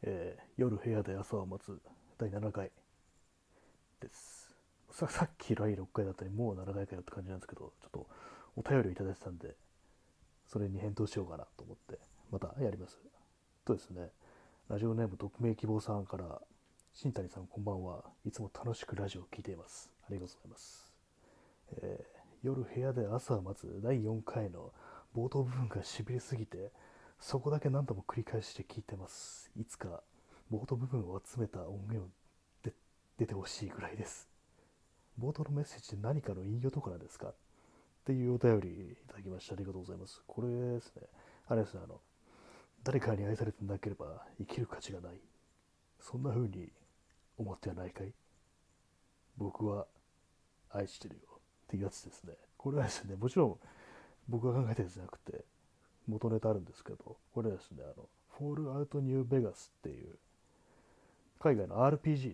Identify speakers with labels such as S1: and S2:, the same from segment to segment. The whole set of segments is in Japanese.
S1: 夜部屋で朝を待つ第7回です。さっき第6回だったり、もう7回かよって感じなんですけど、ちょっとお便りをいただいてたんで、それに返答しようかなと思って、またやります。とですね、ラジオネーム匿名希望さんから、新谷さんこんばんは。いつも楽しくラジオを聞いています。ありがとうございます。夜部屋で朝を待つ第4回の冒頭部分がしびれすぎて、そこだけ何度も繰り返して聞いてます。いつか冒頭部分を集めた音源をで出てほしいぐらいです。冒頭のメッセージで何かの引用とかなんですかっていうお便りいただきました。ありがとうございます。これですね、あれですね、誰かに愛されてなければ生きる価値がない。そんな風に思ってはないかい？僕は愛してるよ。っていうやつですね。これはですね、もちろん僕が考えたやつじゃなくて、元ネタあるんですけど、これはですね、フォールアウトニューベガスっていう海外の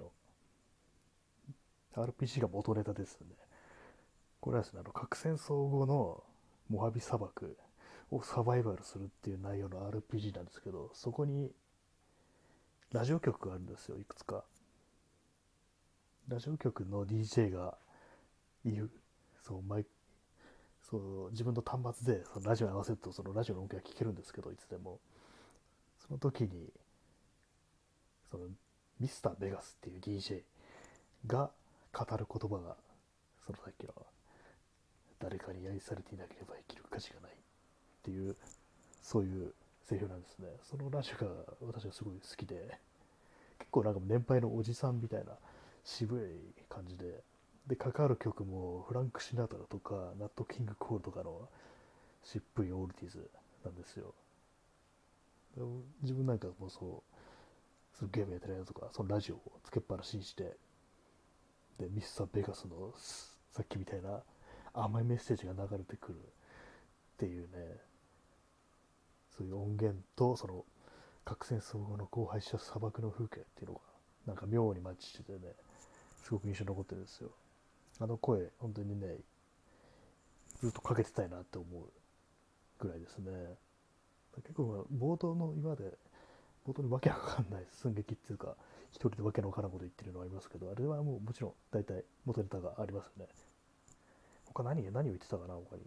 S1: RPG が元ネタですね。これはですね、核戦争後のモハビ砂漠をサバイバルするっていう内容の RPG なんですけど、そこにラジオ局があるんですよ、いくつか。ラジオ局の DJ がいる、そう、そう自分の端末でそのラジオに合わせるとそのラジオの音源が聞けるんですけど、いつでも。その時に、そのミスターベガスっていう DJ が語る言葉が、そのさっきの誰かに愛されていなければ生きる価値がないっていう、そういうセリフなんですね。そのラジオが私はすごい好きで、結構なんか年配のおじさんみたいな渋い感じで、で、かかる曲もフランク・シナトラとかナット・キング・コールとかの渋いオールディーズなんですよ。で自分なんかもそのゲームやってるやつとか、そのラジオをつけっぱなしにして、で、ミスターベガスのさっきみたいな甘いメッセージが流れてくるっていうね、そういう音源とその核戦争後の荒廃した砂漠の風景っていうのがなんか妙にマッチしててね、すごく印象に残ってるんですよ。あの声本当にね、ずっとかけてたいなって思うぐらいですね。結構冒頭にわけわかんない寸劇っていうか、一人でわけのわからんこと言ってるのはありますけど、あれはもうもちろん大体元ネタがありますよね。他何を言ってたかな、他に。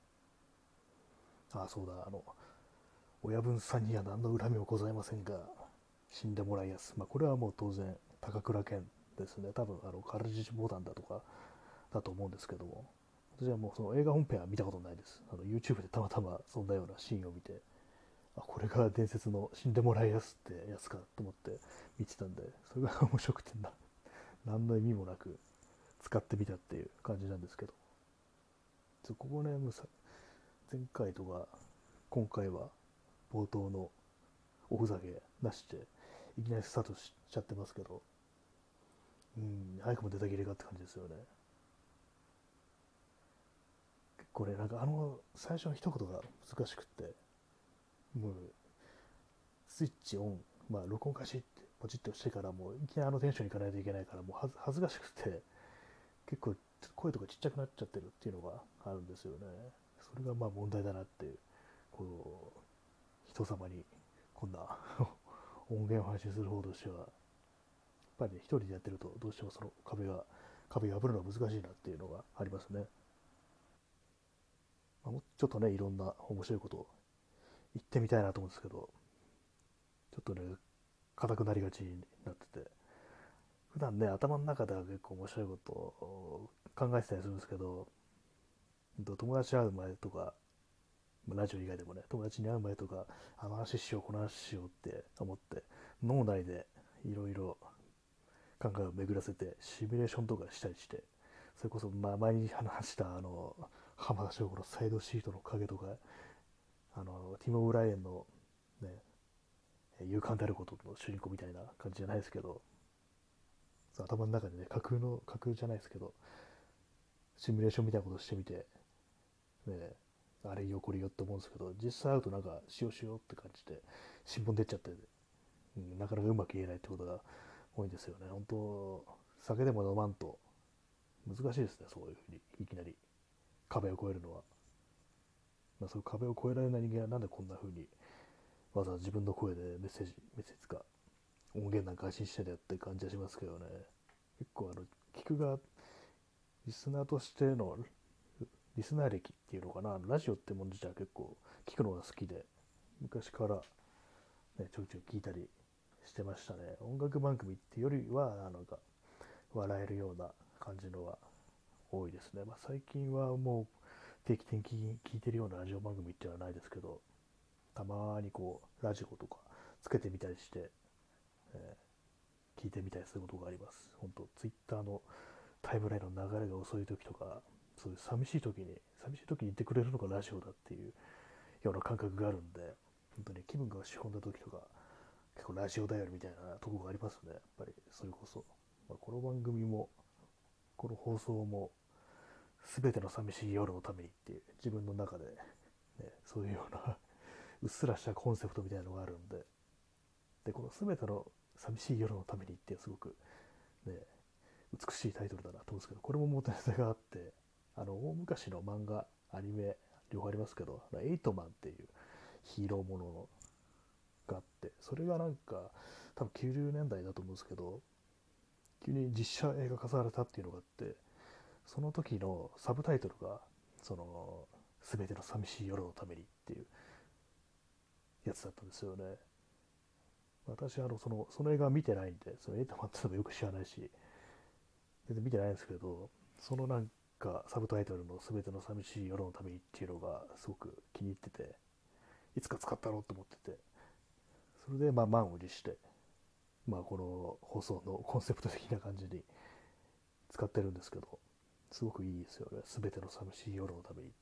S1: あ、そうだ、親分さんには何の恨みもございませんが、死んでもらいやす。まあ、これはもう当然、高倉健ですね。多分、カルジチボタンだとかだと思うんですけども、私はもうその映画本編は見たことないです。YouTube でたまたまそんなようなシーンを見て、あ、これが伝説の死んでもらいやすってやつかと思って見てたんで、それが面白くて何の意味もなく使ってみたっていう感じなんですけど、ここね、もう前回とか今回は冒頭のおふざけなしでいきなりスタートしちゃってますけど、早くも出た切れかって感じですよね。結構ね、なんか最初の一言が難しくって、もうスイッチオン、まあ録音開始ってポチッと押してからもういきなりテンションいかないといけないから、もう恥ずかしくて、結構声とかちっちゃくなっちゃってるっていうのがあるんですよね。それがまあ問題だなっていう、こう、人様にこんな音源を配信する方としては、やっぱりね、一人でやってるとどうしてもその壁を破るのは難しいなっていうのがありますね。まあ、もうちょっとね、いろんな面白いことを言ってみたいなと思うんですけど、ちょっとね、硬くなりがちになってて、普段ね、頭の中では結構面白いことを考えてたりするんですけど、友達に会う前とか、ラジオ以外でもね、友達に会う前とか、あの話しよう、この話しようって思って、脳内でいろいろ考えを巡らせて、シミュレーションとかしたりして、それこそ、まあ、前に話した浜田省吾のサイドシートの影とか、ティモ・ブライエンのね、勇敢であることの主人公みたいな感じじゃないですけど、頭の中でね、架空じゃないですけど、シミュレーションみたいなことをしてみて、ね、あれよこれよって思うんですけど、実際会うとなんか、しようしようって感じで、新聞出ちゃって、なかなかうまく言えないってことが多いんですよね。本当、酒でも飲まんと難しいですね、そういうふうに、いきなり壁を越えるのは。まあ、そういう壁を越えられない人間はなんでこんなふうにわざわざ自分の声でメッセージか音源なんか配信してたよって感じはしますけどね。結構聞くが、リスナーとしての、リスナー歴っていうのかな、ラジオってもん自体は結構聞くのが好きで、昔から、ね、ちょいちょい聞いたりしてましたね。音楽番組っていうよりは、なんか、笑えるような感じのは多いですね。まあ、最近はもう定期的に聞いてるようなラジオ番組っていうのはないですけど、たまにこう、ラジオとかつけてみたりして、え聞いてみたりすることがあります。本当ツイッターのタイムラインの流れが遅い時とか、そういう寂しい時に言ってくれるのがラジオだっていうような感覚があるんで、本当に気分が落ち込んだ時とか、結構ラジオだよりみたいなところがありますね。やっぱりそれこそ。まあ、この番組も、この放送も、すべての寂しい夜のためにっていう自分の中で、ね、そういうようなうっすらしたコンセプトみたいなのがあるんで、で、このすべての寂しい夜のためにってすごくね、美しいタイトルだなと思うんですけど、これも元ネタがあって、大昔の漫画、アニメ、両方ありますけど、エイトマンっていうヒーローものがあって、それがなんか、多分90年代だと思うんですけど、急に実写映画化されたっていうのがあって、その時のサブタイトルが、その、すべての寂しい夜のためにっていうやつだったんですよね。私、その映画見てないんで、そのエイトマンってのもよく知らないし、全然見てないんですけど、そのなんかサブタイトルのすべての寂しい夜のためにっていうのがすごく気に入ってて、いつか使ったろうと思ってて、それでまあ満を持して、まあこの放送のコンセプト的な感じに使ってるんですけど、すごくいいですよね。すべての寂しい夜のために。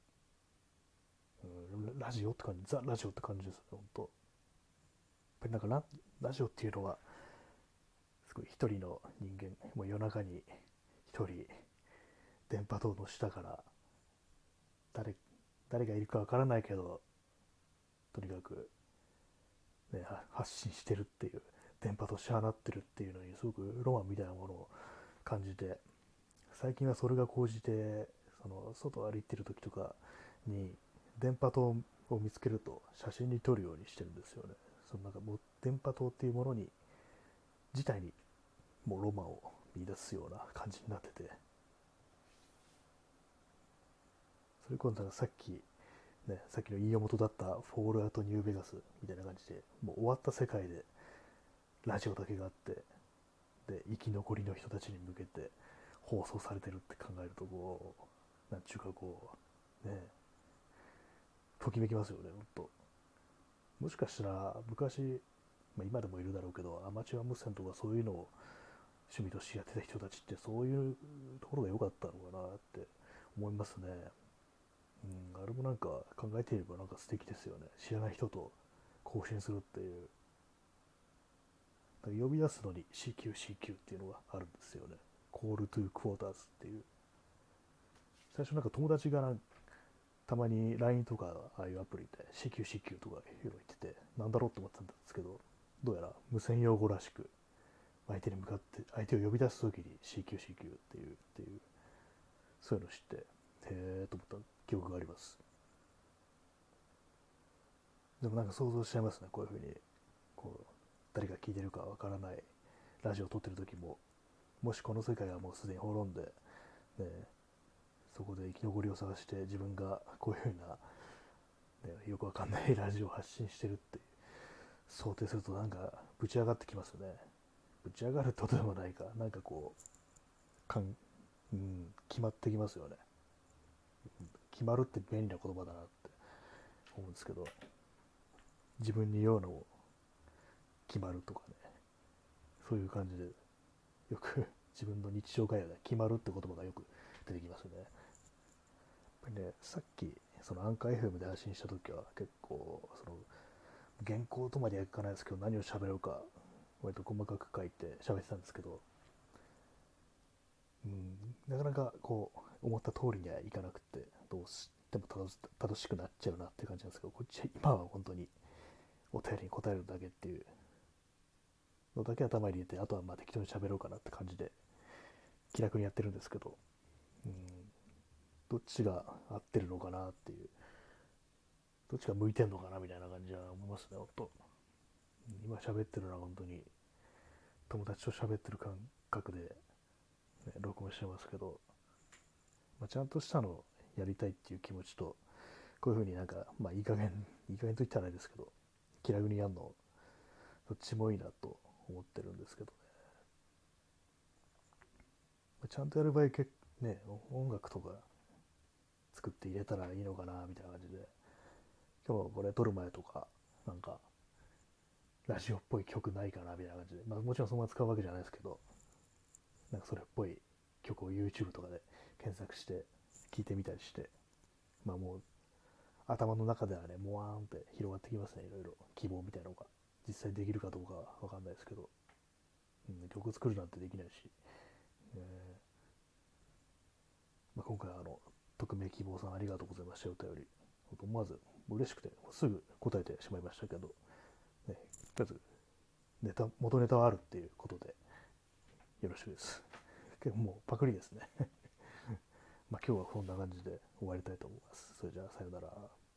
S1: ラジオって感じ、ザ・ラジオって感じですね、本当。やっぱりなんかラジオっていうのは、すごい一人の人間、もう夜中に一人電波塔の下から誰誰がいるかわからないけど、とにかく、ね、発信してるっていう、電波として放ってるっていうのにすごくロマンみたいなものを感じて、最近はそれが高じて、その外を歩いてる時とかに電波塔を見つけると写真に撮るようにしてるんですよね。そのなんかもう電波塔っていうものに自体にもうロマンを見出すような感じになってて、それこそさっきの言い元だったフォールアウトニューベガスみたいな感じで、もう終わった世界でラジオだけがあって、で生き残りの人たちに向けて放送されてるって考えると、こうなんちゅうかこうね、ときめきますよね、ほんと。もしかしたら昔、まあ、今でもいるだろうけど、アマチュア無線とかそういうのを趣味としてやってた人たちってそういうところが良かったのかなって思いますね。あれもなんか考えていればなんか素敵ですよね。知らない人と交信するっていう。呼び出すのに CQCQ っていうのがあるんですよね。Call to Quarters っていう。最初なんか友達がたまに LINE とかああいうアプリで CQCQ とかいうの言ってて、なんだろうと思ってたんですけど、どうやら無線用語らしく、相手に向かって相手を呼び出す時に CQCQ っていう、そういうのを知って、へえと思った記憶があります。でもなんか想像しちゃいますね、こういうふうにこう誰が聞いてるかわからないラジオを撮ってる時も、もしこの世界がもうすでに滅んで、ね、そこで生き残りを探して自分がこういうふうな、ね、よくわかんないラジオを発信してるって想定するとなんかぶち上がってきますよね。ぶち上がるってことでもないか、なんかこう決まってきますよね。決まるって便利な言葉だなって思うんですけど、自分に言うのも決まるとかね、そういう感じでよく自分の日常会話で決まるって言葉がよく出てきますよね。やっぱりね、さっきそのアンカー FM で発信した時は結構その原稿とまではいかないですけど、何を喋ろうか割と細かく書いて喋ってたんですけど、なかなかこう思った通りにはいかなくて、どうしても正しくなっちゃうなって感じなんですけど、こっち今は本当にお便りに答えるだけっていうのだけ頭に入れて、あとはまあ適当に喋ろうかなって感じで気楽にやってるんですけど、うん、どっちが合ってるのかなっていう、どっちが向いてんのかなみたいな感じは思いますね、ほんと。今喋ってるのは本当に友達と喋ってる感覚で、ね、録音してますけど、ちゃんとしたのをやりたいっていう気持ちと、こういうふうになんか、いい加減と言ったらあれですけど、気楽にやるの、どっちもいいなと思ってるんですけどね。ちゃんとやる場合、ね、音楽とか作って入れたらいいのかな、みたいな感じで、今日これ撮る前とか、なんか、ラジオっぽい曲ないかな、みたいな感じで、もちろんそのまま使うわけじゃないですけど、なんかそれっぽい曲を YouTube とかで検索して聴いてみたりして、もう頭の中ではね、もわーんって広がってきますね、いろいろ希望みたいなのが。実際できるかどうかはわかんないですけど、曲作るなんてできないし、え今回匿名希望さんありがとうございました。お便り。思わず嬉しくてすぐ答えてしまいましたけど、ね、とりあえず元ネタはあるっていうことでよろしくです。もうパクリですね。今日はこんな感じで終わりたいと思います。それじゃあさようなら。